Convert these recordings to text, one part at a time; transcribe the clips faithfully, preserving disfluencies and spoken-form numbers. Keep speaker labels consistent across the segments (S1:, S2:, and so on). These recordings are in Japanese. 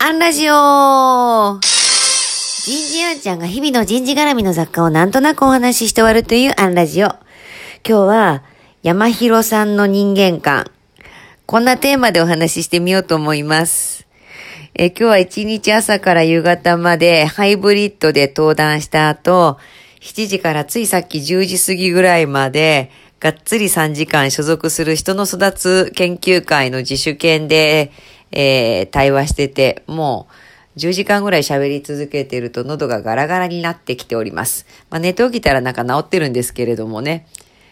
S1: アンラジオ人事アンちゃんが日々の人事絡みの雑貨をなんとなくお話しして終わるというアンラジオ。今日は山広さんの人間観。こんなテーマでお話ししてみようと思います。え今日は一日朝から夕方までハイブリッドで登壇した後、しちじからついさっきじゅうじ過ぎぐらいまでがっつりさんじかん所属する人の育つ研究会の自主研で、えー、対話してて、もうじゅうじかんぐらい喋り続けてると喉がガラガラになってきております。まあ、寝て起きたらなんか治ってるんですけれどもね。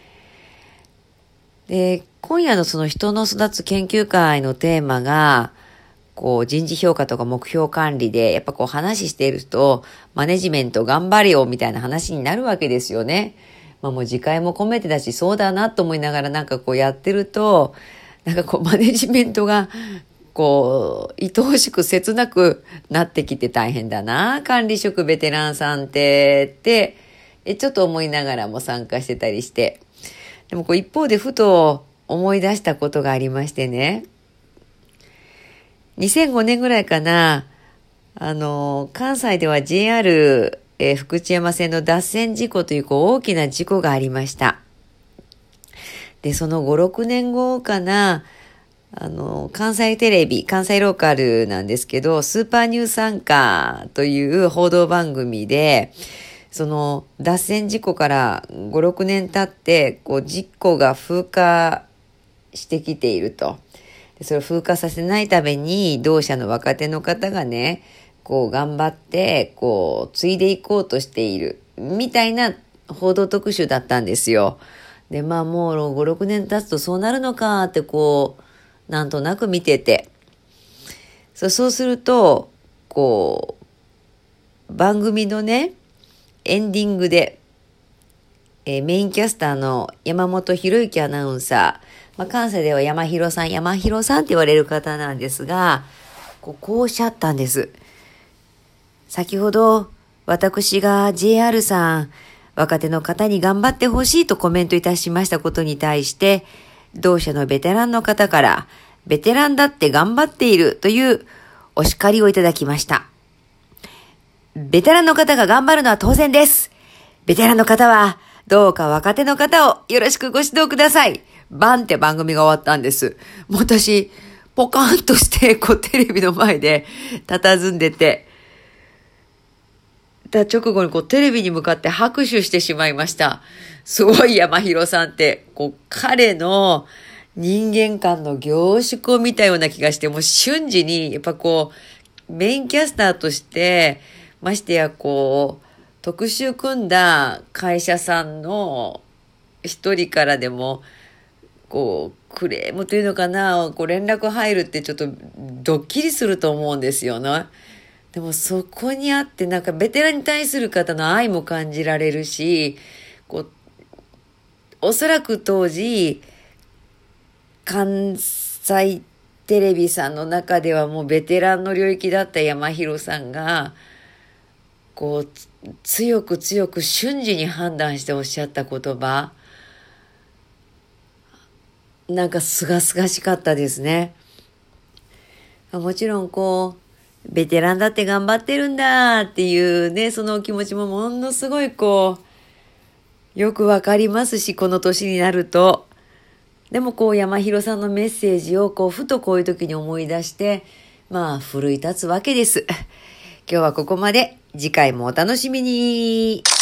S1: で、今夜のその人の育つ研究会のテーマが、こう人事評価とか目標管理で、やっぱこう話していると、マネジメント頑張れよみたいな話になるわけですよね。まあもう次回も込めてだし、そうだなと思いながらなんかこうやってると、なんかこうマネジメントが、こう、愛おしく切なくなってきて大変だな。管理職ベテランさんって、って、えちょっと思いながらも参加してたりして。でもこう一方でふと思い出したことがありましてね。にせんごねんぐらいかな、あの、関西では ジェイアール、えー、福知山線の脱線事故というこう大きな事故がありました。で、そのご、ろくねんごかな、あの、関西テレビ、関西ローカルなんですけど、スーパーニュースアンカーという報道番組で、その脱線事故からご、ろくねん経って、こう事故が風化してきていると。それを風化させないために、同社の若手の方がね、こう頑張って、こう、継いでいこうとしている、みたいな報道特集だったんですよ。で、まあもうご、ろくねん経つとそうなるのかってこう、なんとなく見てて。そう、そうすると、こう、番組のね、エンディングで、えー、メインキャスターの山本博之アナウンサー、まあ、関西では山広さん、山広さんって言われる方なんですが、こう、こうおっしゃったんです。先ほど、私が ジェイアール さん、若手の方に頑張ってほしいとコメントいたしましたことに対して、同社のベテランの方から、ベテランだって頑張っているというお叱りをいただきました。ベテランの方が頑張るのは当然です。ベテランの方は、どうか若手の方をよろしくご指導ください。バンって番組が終わったんです。もう私、ポカーンとして、こうテレビの前で佇んでて、だ直後にこうテレビに向かって拍手してしまいました。すごい山広さんって、こう彼の人間観の凝縮を見たような気がして、もう瞬時にやっぱこうメインキャスターとして、ましてやこう特集組んだ会社さんの一人からでもこうクレームというのかな、こう連絡入るってちょっとドッキリすると思うんですよね。でもそこにあってなんかベテランに対する方の愛も感じられるし、こうおそらく当時関西テレビさんの中ではもうベテランの領域だった山広さんがこう強く強く瞬時に判断しておっしゃった言葉、なんかすがすがしかったですね。もちろんこうベテランだって頑張ってるんだっていうね、その気持ちもものすごいこうよくわかりますし、この年になると。でもこう山広さんのメッセージをこうふとこういう時に思い出して、まあ奮い立つわけです。今日はここまで。次回もお楽しみに。